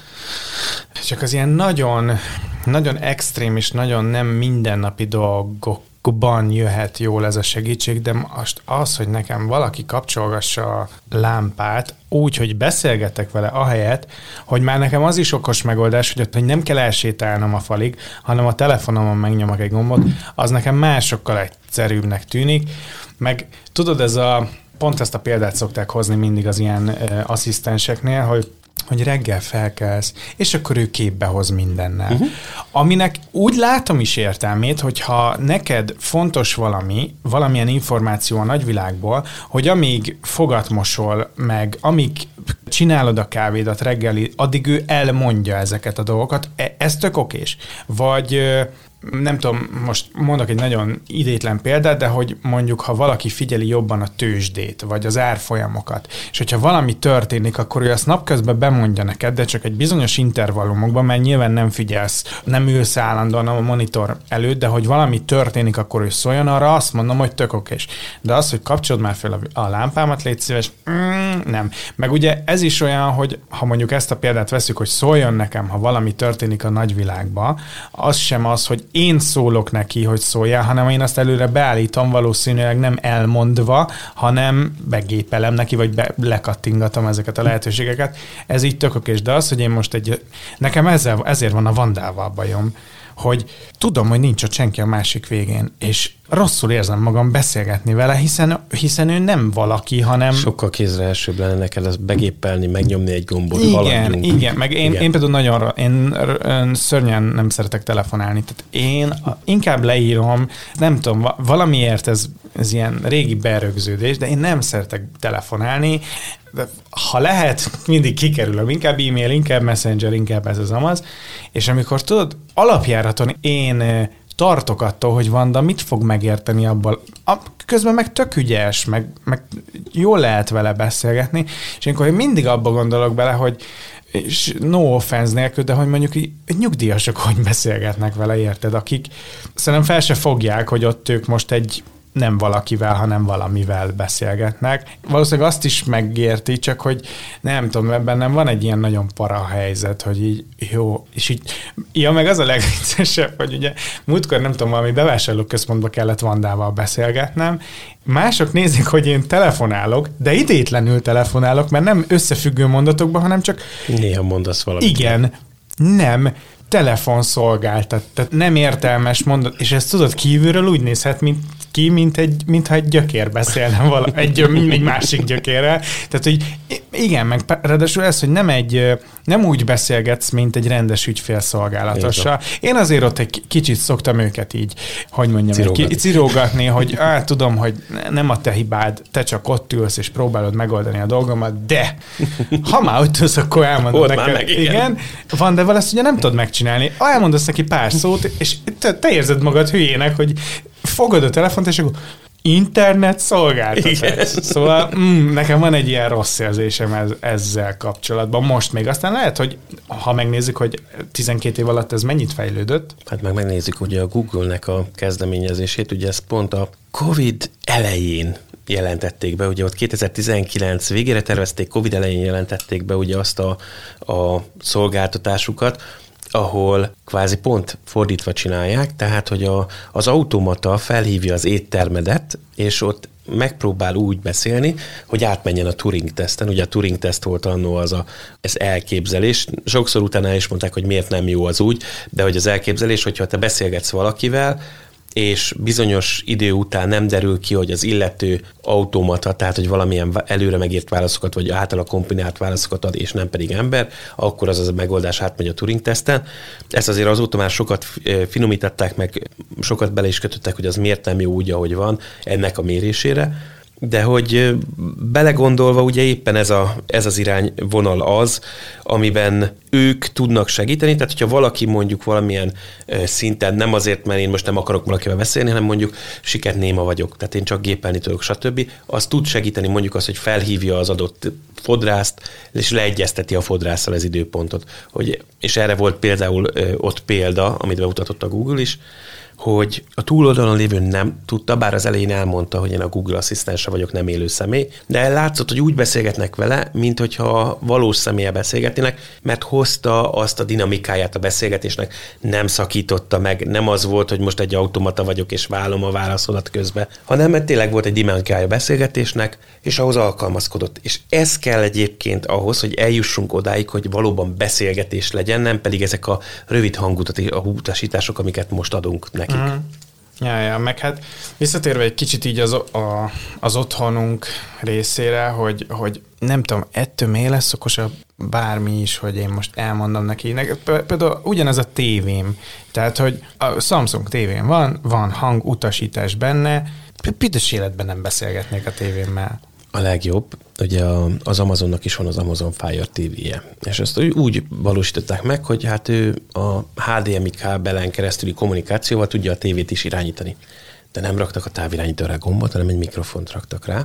csak az ilyen nagyon, nagyon extrém és nagyon nem mindennapi dolgokban jöhet jól ez a segítség, de most az, hogy nekem valaki kapcsolgassa a lámpát úgy, hogy beszélgetek vele ahelyett, hogy már nekem az is okos megoldás, hogy, hogy nem kell elsétálnom a falig, hanem a telefonomon megnyomok egy gombot, az nekem másokkal egyszerűbbnek tűnik, meg tudod, ez a, pont ezt a példát szokták hozni mindig az ilyen e, asszisztenseknél, hogy hogy reggel felkelsz, és akkor ő képbe hoz mindennel. Uh-huh. Aminek úgy látom is értelmét, hogyha neked fontos valami, valamilyen információ a nagyvilágból, hogy amíg fogat mosol meg, amíg csinálod a kávédat reggeli, addig ő elmondja ezeket a dolgokat, ez tök okés. Vagy nem tudom, most mondok egy nagyon idétlen példát, de hogy mondjuk, ha valaki figyeli jobban a tőzsdét, vagy az árfolyamokat, és hogyha valami történik, akkor ő azt napközben bemondja neked, de csak egy bizonyos intervallumokban, mert nyilván nem figyelsz, nem ülsz állandóan a monitor előtt, de hogy valami történik, akkor ő szóljon, arra azt mondom, hogy tök okés. De az, hogy kapcsolod már fel a lámpámat, légy szíves, mm, nem. Meg ugye ez is olyan, hogy ha mondjuk ezt a példát veszük, hogy szóljon nekem, ha valami történik a nagyvilágban, az sem az, hogy én szólok neki, hogy szóljál, hanem én azt előre beállítom, valószínűleg nem elmondva, hanem begépelem neki, vagy be, lekattingatom ezeket a lehetőségeket. Ez így tök okés, de az, hogy én most egy... Nekem ezzel, ezért van a Vandával bajom, hogy tudom, hogy nincs ott senki a másik végén, és rosszul érzem magam beszélgetni vele, hiszen, hiszen ő nem valaki, hanem... Sokkal kézre elsőbb lenne neked ezt begépelni, megnyomni egy gombot, igen, haladjunk. Igen, meg én, igen. én például nagyon, én szörnyen nem szeretek telefonálni, tehát én inkább leírom, nem tudom, valamiért ez, ez ilyen régi berögződés, de én nem szeretek telefonálni, de ha lehet, mindig kikerülöm, inkább e-mail, inkább messenger, inkább ez az amaz, és amikor tudod, alapjáraton én tartok attól, hogy Vanda mit fog megérteni abból, közben meg tök ügyes, meg, meg jól lehet vele beszélgetni, és amikor én mindig abba gondolok bele, hogy és no offense nélkül, de hogy mondjuk így nyugdíjasok hogy beszélgetnek vele, érted, akik szerintem fel se fogják, hogy ott ők most egy nem valakivel, hanem valamivel beszélgetnek. Valószínűleg azt is megérti, csak hogy nem tudom, bennem van egy ilyen nagyon para helyzet, hogy így jó, és így, ja, meg az a legviccesebb, hogy ugye múltkor nem tudom, valami bevásárlóközpontba kellett Vandával beszélgetnem, mások nézik, hogy én telefonálok, de idétlenül telefonálok, mert nem összefüggő mondatokban, hanem csak... Néha mondasz valamit. Igen, nem, telefonszolgáltat, tehát nem értelmes mondat, és ezt tudod, kívülről úgy nézhet, mint ki, mint egy, mintha egy gyökér beszélne vala, egy, egy másik gyökérrel. Tehát, hogy igen, meg ráadásul ez, hogy nem, egy, nem úgy beszélgetsz, mint egy rendes ügyfélszolgálatossal. Én azért ott egy kicsit szoktam őket így, hogy mondjam, cirógatni, ki, cirógatni hogy á, tudom, hogy nem a te hibád, te csak ott ülsz, és próbálod megoldani a dolgomat, de ha már ott ülsz, akkor elmondod neked. Meg, igen. igen. Van, de ezt ugye nem tudod megcsinálni. Elmondasz neki pár szót, és te, te érzed magad hülyének, hogy fogod a telefont, és akkor internet szolgáltatás. Szóval mm, nekem van egy ilyen rossz érzésem ez, ezzel kapcsolatban. Most még aztán lehet, hogy ha megnézzük, hogy tizenkét év alatt ez mennyit fejlődött. Hát meg megnézzük ugye a Google-nek a kezdeményezését, ugye ezt pont a Covid elején jelentették be, ugye ott kétezer-tizenkilenc végére tervezték, Covid elején jelentették be ugye azt a, a szolgáltatásukat, ahol kvázi pont fordítva csinálják, tehát, hogy a, az automata felhívja az éttermedet, és ott megpróbál úgy beszélni, hogy átmenjen a Turing-teszten. Ugye a Turing-teszt volt annó az a, ez elképzelés. Sokszor utána is mondták, hogy miért nem jó az úgy, de hogy az elképzelés, hogyha te beszélgetsz valakivel, és bizonyos idő után nem derül ki, hogy az illető automata, tehát hogy valamilyen előre megírt válaszokat, vagy általa kombinált válaszokat ad, és nem pedig ember, akkor az az a megoldás átmegy a Turing-teszten. Ezt azért azóta már sokat finomították, meg sokat bele is kötöttek, hogy az miért nem jó úgy, ahogy van, ennek a mérésére. De hogy belegondolva, ugye éppen ez, a, ez az irányvonal az, amiben ők tudnak segíteni, tehát hogyha valaki mondjuk valamilyen szinten, nem azért, mert én most nem akarok valakivel beszélni, hanem mondjuk sikernéma vagyok, tehát én csak gépelni tudok, stb. Az tud segíteni mondjuk az, hogy felhívja az adott fodrászt, és leegyezteti a fodrásszal az időpontot. Hogy, és erre volt például ott példa, amit bemutatott a Google is, hogy a túloldalon lévő nem tudta, bár az elején elmondta, hogy én a Google asszisztense vagyok, nem élő személy, de látszott, hogy úgy beszélgetnek vele, mint hogyha valós személlyel beszélgetnének, mert hozta azt a dinamikáját a beszélgetésnek, nem szakította meg, nem az volt, hogy most egy automata vagyok, és vállom a válaszodat közbe, hanem mert tényleg volt egy dinamikája a beszélgetésnek, és ahhoz alkalmazkodott. És ez kell egyébként ahhoz, hogy eljussunk odáig, hogy valóban beszélgetés legyen, nem pedig ezek a rövid hangú utasítások, amiket most adunk neki. Mm. Ja, ja, meg hát visszatérve egy kicsit így az, a, az otthonunk részére, hogy, hogy nem tudom, ettől miért lesz okosabb bármi is, hogy én most elmondom neki. Például ugyanez a tévém. Tehát, hogy a Samsung tévém van, van hangutasítás benne, büdös életben nem beszélgetnék a tévémmel. A legjobb, ugye az Amazonnak is van az Amazon Fire té vé-je. És ezt úgy valósították meg, hogy hát ő a há dé em i kábelen keresztüli kommunikációval tudja a tévét is irányítani. De nem raktak a távirányítóra gombot, hanem egy mikrofont raktak rá,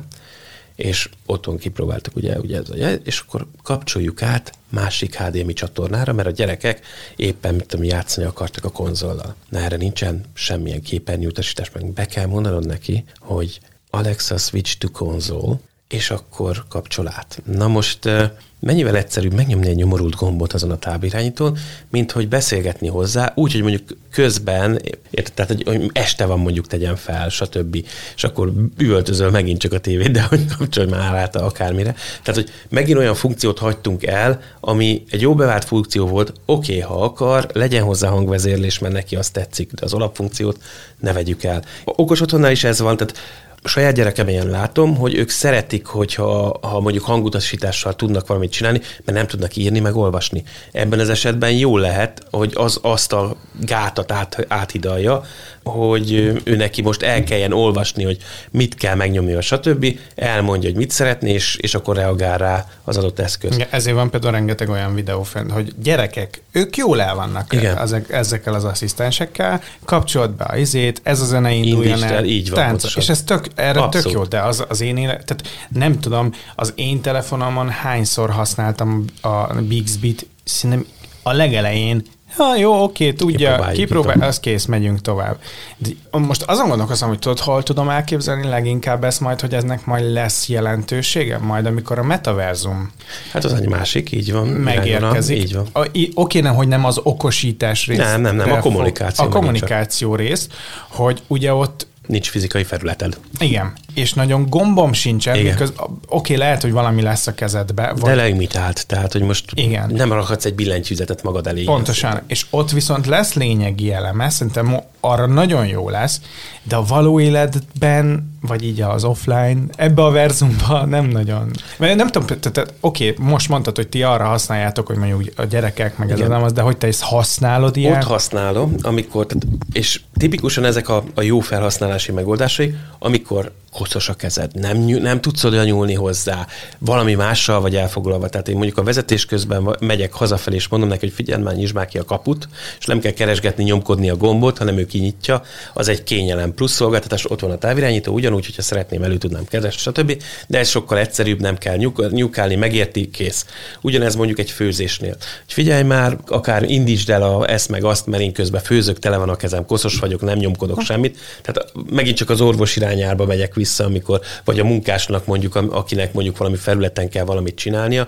és otthon kipróbáltuk, ugye, ugye ez a jel, és akkor kapcsoljuk át másik há dé em i csatornára, mert a gyerekek éppen, mit tudom, játszani akartak a konzollal. Na, erre nincsen semmilyen képernyőutasítás, meg be kell mondanod neki, hogy Alexa switch to console, és akkor kapcsol át. Na most mennyivel egyszerűbb megnyomni egy nyomorult gombot azon a távirányítón, mint hogy beszélgetni hozzá, úgy, hogy mondjuk közben, érted, tehát hogy este van mondjuk tegyen fel, stb. És akkor üvöltözöl megint csak a tévét, de hogy kapcsolj már át akármire. Tehát, hogy megint olyan funkciót hagytunk el, ami egy jó bevált funkció volt, oké, okay, ha akar, legyen hozzá hangvezérlés, mert neki azt tetszik, de az alapfunkciót ne vegyük el. Okos otthonnál is ez van, tehát a saját gyerekemen látom, hogy ők szeretik, hogyha ha mondjuk hangutasítással tudnak valamit csinálni, mert nem tudnak írni, meg olvasni. Ebben az esetben jó lehet, hogy az azt a gátat át, áthidalja, hogy ő neki most el kelljen olvasni, hogy mit kell megnyomni, stb. Elmondja, hogy mit szeretné, és, és akkor reagál rá az adott eszköz. Igen, ezért van például rengeteg olyan videó fent, hogy gyerekek, ők jól el vannak ezek, ezekkel az asszisztensekkel, kapcsolt be a izét, ez a zene induljon el, így van, tánc, és ez tök, erre abszolút tök jó, de az, az én élet, tehát nem tudom, az én telefonomon hányszor használtam a Bixby-t, szerintem a legelején, ha jó, oké, tudja, kipróbál, az kész, megyünk tovább. De most azon gondolkozom, hogy tudod, hol tudom elképzelni leginkább ezt majd, hogy eznek majd lesz jelentősége, majd amikor a metaverzum hát az egy másik, így van. Megérkezik. Így van. A, oké, nem, hogy nem az okosítás rész. Nem, nem, nem, a kommunikáció. A kommunikáció rész, hogy ugye ott nincs fizikai felületed. Igen, és nagyon gombom sincsen, mikor oké, lehet, hogy valami lesz a kezedbe. Vagy... De limitált, tehát, hogy most igen. Nem rakhatsz egy billentyűzetet magad elé. Pontosan, és ott viszont lesz lényegi eleme, szerintem arra nagyon jó lesz, de a való életben, vagy így az offline, ebbe a verzumban nem nagyon. Mert nem tudom, tehát oké, most mondtad, hogy ti arra használjátok, hogy mondjuk a gyerekek, meg igen. Ez az, de hogy te ezt használod ilyen? Ott használom, amikor, tehát, és tipikusan ezek a, a jó felhasználási megoldásai, amikor koszos a kezed, nem, nem tudsz oda nyúlni hozzá, valami mással vagy elfoglalva. Tehát én mondjuk a vezetés közben megyek hazafelé, és mondom neki, hogy figyelj már, nyisd már ki a kaput, és nem kell keresgetni, nyomkodni a gombot, hanem ő kinyitja, az egy kényelem plusz szolgáltatás, ott van a távirányító, ugyanúgy, hogyha szeretném, elő tudnám keresni, stb. De ez sokkal egyszerűbb, nem kell nyuk- nyukálni, megérti, kész. Ugyanez mondjuk egy főzésnél. Hogy figyelj már, akár indítsd el a, ezt meg azt, mert én közben főzök, tele van a kezem, koszos vagyok, nem nyomkodok semmit. Tehát megint csak az orvos irányába megyek vissza, amikor, vagy a munkásnak mondjuk, akinek mondjuk valami felületen kell valamit csinálnia,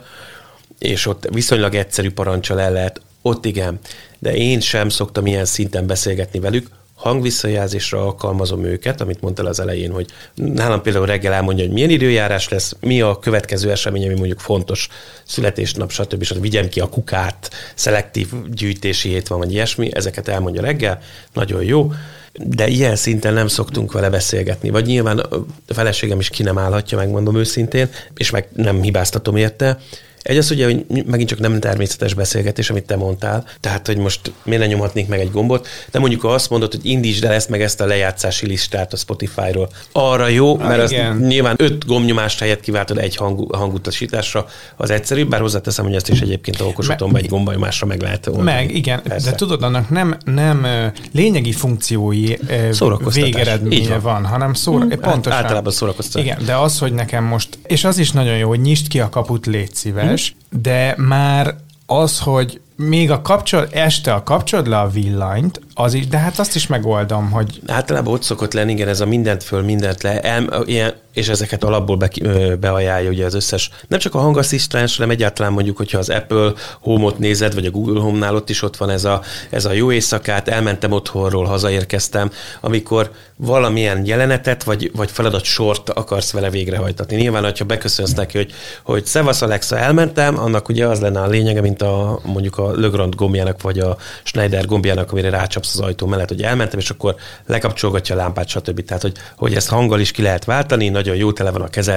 és ott viszonylag egyszerű parancsal el lehet, ott igen, de én sem szoktam ilyen szinten beszélgetni velük, hangvisszajelzésre alkalmazom őket, amit mondtál az elején, hogy nálam például reggel elmondja, hogy milyen időjárás lesz, mi a következő esemény, ami mondjuk fontos, születésnap, stb. stb. Vigyem ki a kukát, szelektív gyűjtési hét van, vagy ilyesmi, ezeket elmondja reggel, nagyon jó, de ilyen szinten nem szoktunk vele beszélgetni. Vagy nyilván a feleségem is ki nem állhatja, megmondom őszintén, és meg nem hibáztatom érte. Egy az ugye, hogy megint csak nem természetes beszélgetés, amit te mondtál, tehát, hogy most miért ne nyomhatnék meg egy gombot, de mondjuk ha azt mondod, hogy indítsd el ezt meg ezt a lejátszási listát a Spotify-ról, arra jó, mert az nyilván öt gombnyomást helyett kiváltod egy hang, hangutasításra, az egyszerűbb, bár hozzáteszem, hogy ezt is egyébként a okos otthonban egy gombanyomásra meg lehet oldani. Meg, igen, persze. De tudod, annak nem, nem lényegi funkciói végeredménye van. van, hanem szóra, hmm, pontosan. Általában szórakoztatás. Igen, de az, hogy nekem most, és az is nagyon jó, hogy nyisd ki a kaput, légy szíves, de már az, hogy még a kapcsol, este a kapcsolod le a villanyt, az is, de hát azt is megoldom, hogy... Általában ott szokott lenni, igen, ez a mindent föl, mindent le, el, ilyen, és ezeket alapból be, beajánlja ugye az összes, nem csak a hangasszisztens, hanem egyáltalán mondjuk, hogyha az Apple Home-ot nézed, vagy a Google Home-nál ott is ott van ez a, ez a jó éjszakát, elmentem otthonról, hazaérkeztem, amikor valamilyen jelenetet, vagy, vagy feladat sort akarsz vele végrehajtatni. Nyilván, hogyha beköszönsz neki, hogy, hogy szevasz Alexa, elmentem, annak ugye az lenne a lényege, mint a mondjuk a Legrand gombjának, vagy a Schneider gombjának, amire rácsapsz az ajtó mellett, hogy elmentem, és akkor lekapcsolgatja a lámpát, stb. Tehát, hogy, hogy ezt hanggal is ki lehet váltani, nagyon jó, tele van a kezed,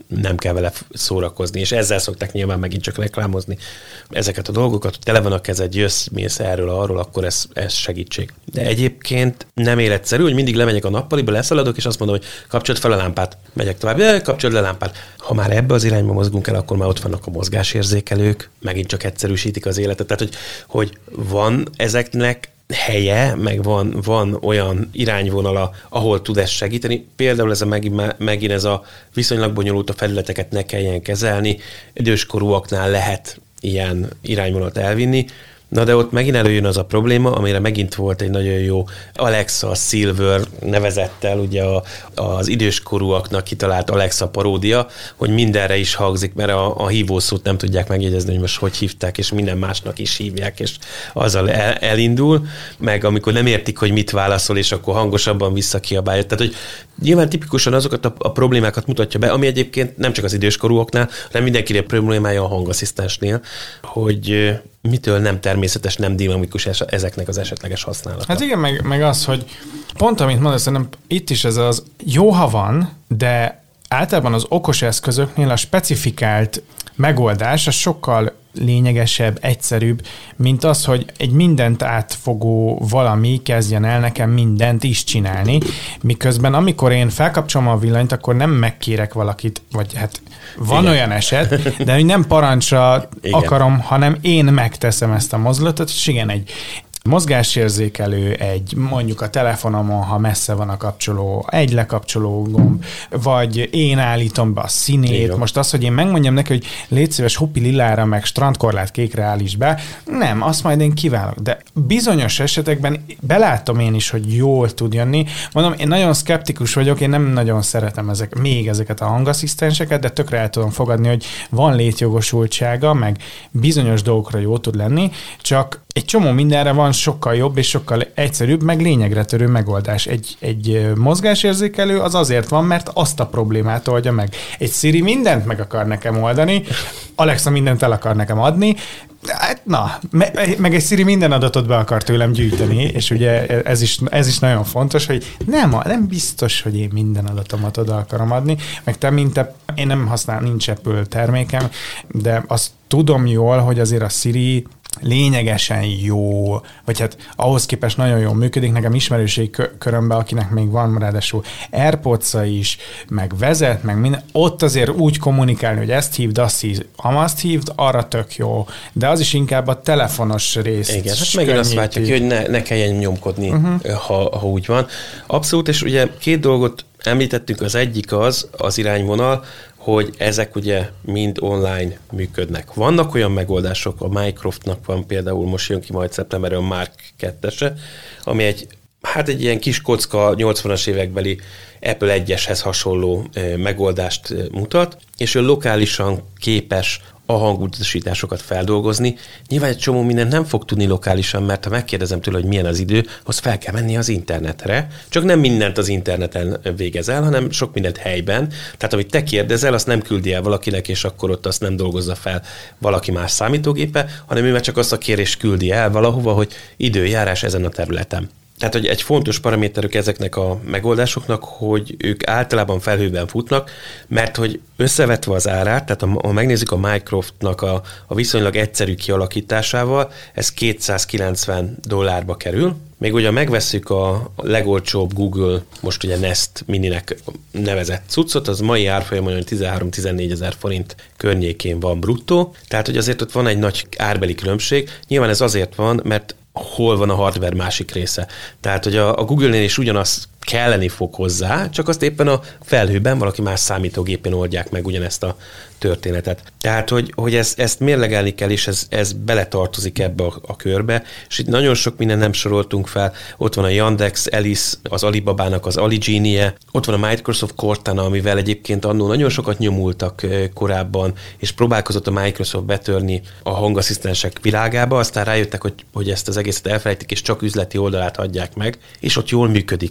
nem kell vele szórakozni, és ezzel szokták nyilván megint csak reklámozni ezeket a dolgokat, tele van a kezed, jössz, mész erről, arról, akkor ez, ez segítség. De egyébként nem életszerű, hogy mindig lemegyek a nappaliba, leszaladok, és azt mondom, hogy kapcsold fel a lámpát, megyek tovább, de kapcsold le a lámpát. Ha már ebbe az irányba mozgunk el, akkor már ott vannak a mozgásérzékelők, megint csak egyszerűsítik az életet. Tehát, hogy, hogy van ezeknek helye, meg van, van olyan irányvonala, ahol tud ez segíteni. Például ez a megint, megint ez a viszonylag bonyolult, a felületeket ne kelljen kezelni. Időskorúaknál lehet ilyen irányvonalat elvinni. Na de ott megint előjön az a probléma, amire megint volt egy nagyon jó Alexa Silver nevezettel, ugye a, az időskorúaknak kitalált Alexa paródia, hogy mindenre is hangzik, mert a, a hívószót nem tudják megjegyezni, hogy most hogy hívták, és minden másnak is hívják, és azzal el, elindul, meg amikor nem értik, hogy mit válaszol, és akkor hangosabban visszakiabálja. Tehát, hogy nyilván tipikusan azokat a, a problémákat mutatja be, ami egyébként nem csak az időskorúaknál, hanem mindenkire problémája a hangasszisztensnél, hogy mitől nem természetes, nem dinamikus ezeknek az esetleges használata. Hát igen, meg, meg az, hogy pont amit mondasz, szerintem itt is ez az jó, ha van, de általában az okos eszközöknél a specifikált megoldás az sokkal lényegesebb, egyszerűbb, mint az, hogy egy mindent átfogó valami kezdjen el nekem mindent is csinálni, miközben amikor én felkapcsolom a villanyt, akkor nem megkérek valakit, vagy hát van igen. olyan eset, de hogy nem parancsra igen. akarom, hanem én megteszem ezt a mozdulatot, és igen, egy mozgásérzékelő, egy mondjuk a telefonomon, ha messze van a kapcsoló, egy lekapcsoló gomb, vagy én állítom be a színét. Igen. Most az, hogy én megmondjam neki, hogy légy szíves huppi lilára, meg strandkorlát kékre állíts be, nem, azt majd én kiválok. De bizonyos esetekben belátom én is, hogy jól tud jönni. Mondom, én nagyon szkeptikus vagyok, én nem nagyon szeretem ezek, még ezeket a hangasszisztenseket, de tökre el tudom fogadni, hogy van létjogosultsága, meg bizonyos dolgokra jó tud lenni, csak egy csomó mindenre van sokkal jobb és sokkal egyszerűbb, meg lényegre törő megoldás. Egy, egy mozgásérzékelő az azért van, mert azt a problémát oldja meg. Egy Siri mindent meg akar nekem oldani, Alexa mindent el akar nekem adni, hát na, meg egy Siri minden adatot be akar tőlem gyűjteni, és ugye ez is, ez is nagyon fontos, hogy nem, nem biztos, hogy én minden adatomat oda akarom adni, meg te, mint te, én nem használom, nincs Apple termékem, de azt tudom jól, hogy azért a Siri lényegesen jó, vagy hát ahhoz képest nagyon jól működik. Nekem ismerőségi körömben, akinek még van ráadásul AirPods-a is, meg vezet, meg minden, ott azért úgy kommunikálni, hogy ezt hívd, azt hívd, azt hívd, arra tök jó. De az is inkább a telefonos rész. Igen, hát megint azt váltja ki, hogy ne, ne kelljen nyomkodni, uh-huh. ha, ha úgy van. Abszolút, és ugye két dolgot említettünk, az egyik az, az irányvonal, hogy ezek ugye mind online működnek. Vannak olyan megoldások, a Mycroftnak van például, most jön ki majd szeptemberben a Mark kettese, ami egy, hát egy ilyen kis kocka nyolcvanas évekbeli Apple egyeshez hasonló megoldást mutat, és ő lokálisan képes a hangutasításokat feldolgozni. Nyilván egy csomó mindent nem fog tudni lokálisan, mert ha megkérdezem tőle, hogy milyen az idő, az fel kell menni az internetre. Csak nem mindent az interneten végez el, hanem sok mindent helyben. Tehát amit te kérdezel, azt nem küldi el valakinek, és akkor ott azt nem dolgozza fel valaki más számítógépe, hanem ő már csak azt a kérést küldi el valahova, hogy időjárás ezen a területen. Tehát, hogy egy fontos paraméterük ezeknek a megoldásoknak, hogy ők általában felhőben futnak, mert hogy összevetve az árát, tehát ha megnézzük a Mycroftnak a, a viszonylag egyszerű kialakításával, ez kétszázkilencven dollárba kerül. Még ugye megvesszük a legolcsóbb Google, most ugye Nest Mininek nevezett cuccot, az mai árfolyamon olyan tizenhárom-tizennégy ezer forint környékén van bruttó, tehát hogy azért ott van egy nagy árbeli különbség. Nyilván ez azért van, mert hol van a hardware másik része. Tehát, hogy a, a Google-nél is ugyanaz kelleni fog hozzá, csak azt éppen a felhőben valaki más számítógépén oldják meg ugyanezt a történetet. Tehát, hogy, hogy ez, ezt mérlegelni kell, és ez, ez beletartozik ebbe a, a körbe, és itt nagyon sok minden nem soroltunk fel. Ott van a Yandex, Alice, az Alibabának az AliGenie, ott van a Microsoft Cortana, amivel egyébként annól nagyon sokat nyomultak korábban, és próbálkozott a Microsoft betörni a hangasszisztensek világába, aztán rájöttek, hogy, hogy ezt az egészet elfelejtik, és csak üzleti oldalát adják meg, és ott jól működik. Tehát, hogy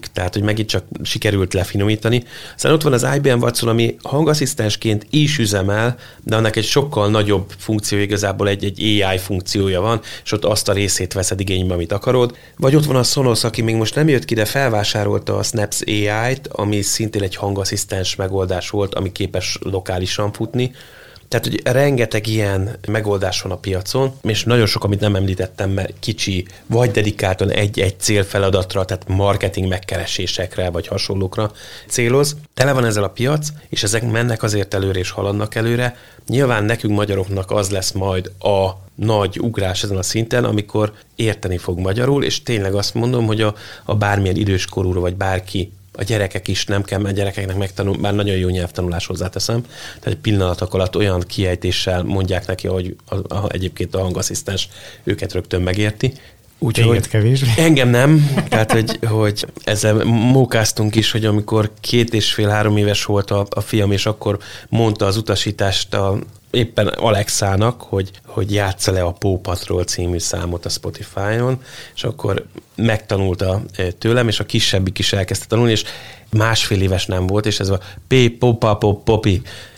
megint csak sikerült lefinomítani. Aztán ott van az I B M Watson, ami hangasszisztensként is üzemel, de annak egy sokkal nagyobb funkció, igazából egy, egy á i funkciója van, és ott azt a részét veszed igénybe, amit akarod. Vagy ott van a Sonos, aki még most nem jött ki, de felvásárolta a Snaps á i-t, ami szintén egy hangasszisztens megoldás volt, ami képes lokálisan futni. Tehát, hogy rengeteg ilyen megoldás van a piacon, és nagyon sok, amit nem említettem, mert kicsi, vagy dedikáltan egy-egy célfeladatra, tehát marketing megkeresésekre, vagy hasonlókra céloz. Tele van ezzel a piac, és ezek mennek azért előre, és haladnak előre. Nyilván nekünk magyaroknak az lesz majd a nagy ugrás ezen a szinten, amikor érteni fog magyarul, és tényleg azt mondom, hogy a, a bármilyen időskorúra, vagy bárki, a gyerekek is nem kell, mert gyerekeknek megtanul, bár nagyon jó nyelvtanulás hozzáteszem, tehát egy pillanatok alatt olyan kiejtéssel mondják neki, hogy a, a, egyébként a hangasszisztens őket rögtön megérti. Úgyhogy engem nem, tehát hogy, hogy ezzel mókáztunk is, hogy amikor két és fél-három éves volt a, a fiam, és akkor mondta az utasítást a, éppen Alexának, hogy, hogy játsza le a Paw Patrol című számot a Spotify-on, és akkor megtanulta tőlem, és a kisebbik is elkezdte tanulni, és másfél éves nem volt, és ez a P, Popa, Pop, Popi,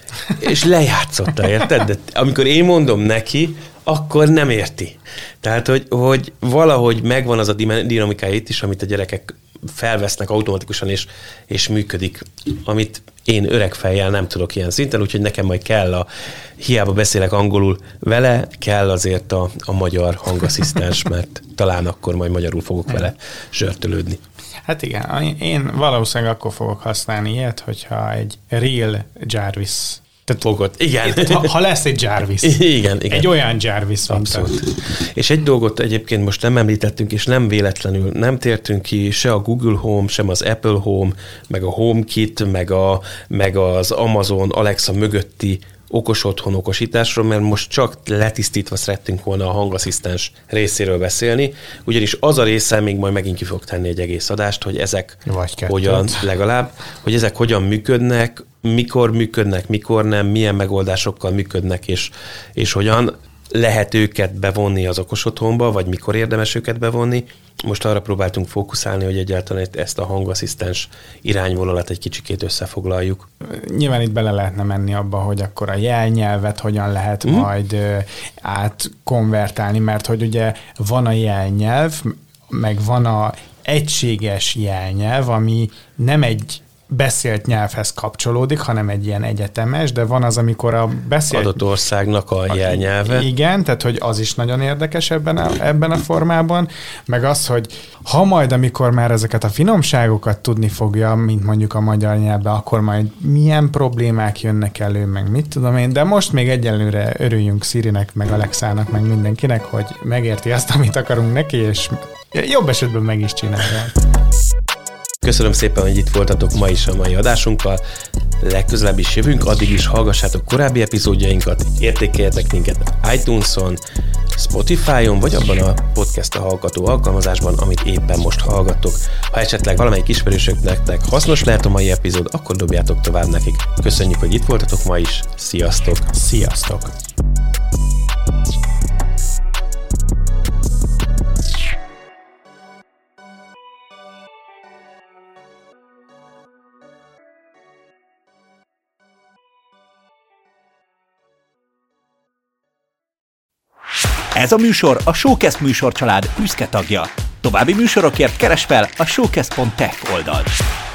és lejátszotta, érted? De amikor én mondom neki, akkor nem érti. Tehát, hogy, hogy valahogy megvan az a dinamikája itt is, amit a gyerekek felvesznek automatikusan, és, és működik, amit én öreg fejjel nem tudok ilyen szinten, úgyhogy nekem majd kell a, hiába beszélek angolul vele, kell azért a, a magyar hangasszisztens, mert talán akkor majd magyarul fogok vele zsörtölődni. Hát igen, én valószínűleg akkor fogok használni ilyet, hogyha egy real Jarvis Tehát fogod. Igen. Ha, ha lesz egy Jarvis. Igen, igen. Egy olyan Jarvis, mint abszolút. És egy dolgot egyébként most nem említettünk, és nem véletlenül nem tértünk ki se a Google Home, sem az Apple Home, meg a HomeKit, meg, a, meg az Amazon Alexa mögötti okos otthon okosításról, mert most csak letisztítva szerettünk volna a hangasszisztens részéről beszélni, ugyanis az a része még majd megint ki fog tenni egy egész adást, hogy ezek hogyan legalább, hogy ezek hogyan működnek, mikor működnek, mikor nem, milyen megoldásokkal működnek, és, és hogyan lehet őket bevonni az okos otthonba, vagy mikor érdemes őket bevonni. Most arra próbáltunk fókuszálni, hogy egyáltalán ezt a hangasszisztens irányvonalat egy kicsikét összefoglaljuk. Nyilván itt bele lehetne menni abba, hogy akkor a jelnyelvet hogyan lehet mm. majd ö, átkonvertálni, mert hogy ugye van a jelnyelv, meg van a egységes jelnyelv, ami nem egy beszélt nyelvhez kapcsolódik, hanem egy ilyen egyetemes, de van az, amikor a beszélt... adott országnak a jelnyelve. Igen, tehát hogy az is nagyon érdekes ebben a, ebben a formában, meg az, hogy ha majd, amikor már ezeket a finomságokat tudni fogja, mint mondjuk a magyar nyelvben, akkor majd milyen problémák jönnek elő, meg mit tudom én, de most még egyelőre örüljünk Sirinek, meg Alexának, meg mindenkinek, hogy megérti azt, amit akarunk neki, és jobb esetben meg is csinálja. Köszönöm szépen, hogy itt voltatok ma is a mai adásunkkal. Legközelebb is jövünk, addig is hallgassátok korábbi epizódjainkat, értékeljetek minket iTunes-on, Spotify-on, vagy abban a podcast a hallgató alkalmazásban, amit éppen most hallgattok. Ha esetleg valamelyik ismerősöknek hasznos lehet a mai epizód, akkor dobjátok tovább nekik. Köszönjük, hogy itt voltatok ma is. Sziasztok! Sziasztok! Ez a műsor a Showcast műsorcsalád büszke tagja. További műsorokért keresd fel a showcast pont tech oldalt.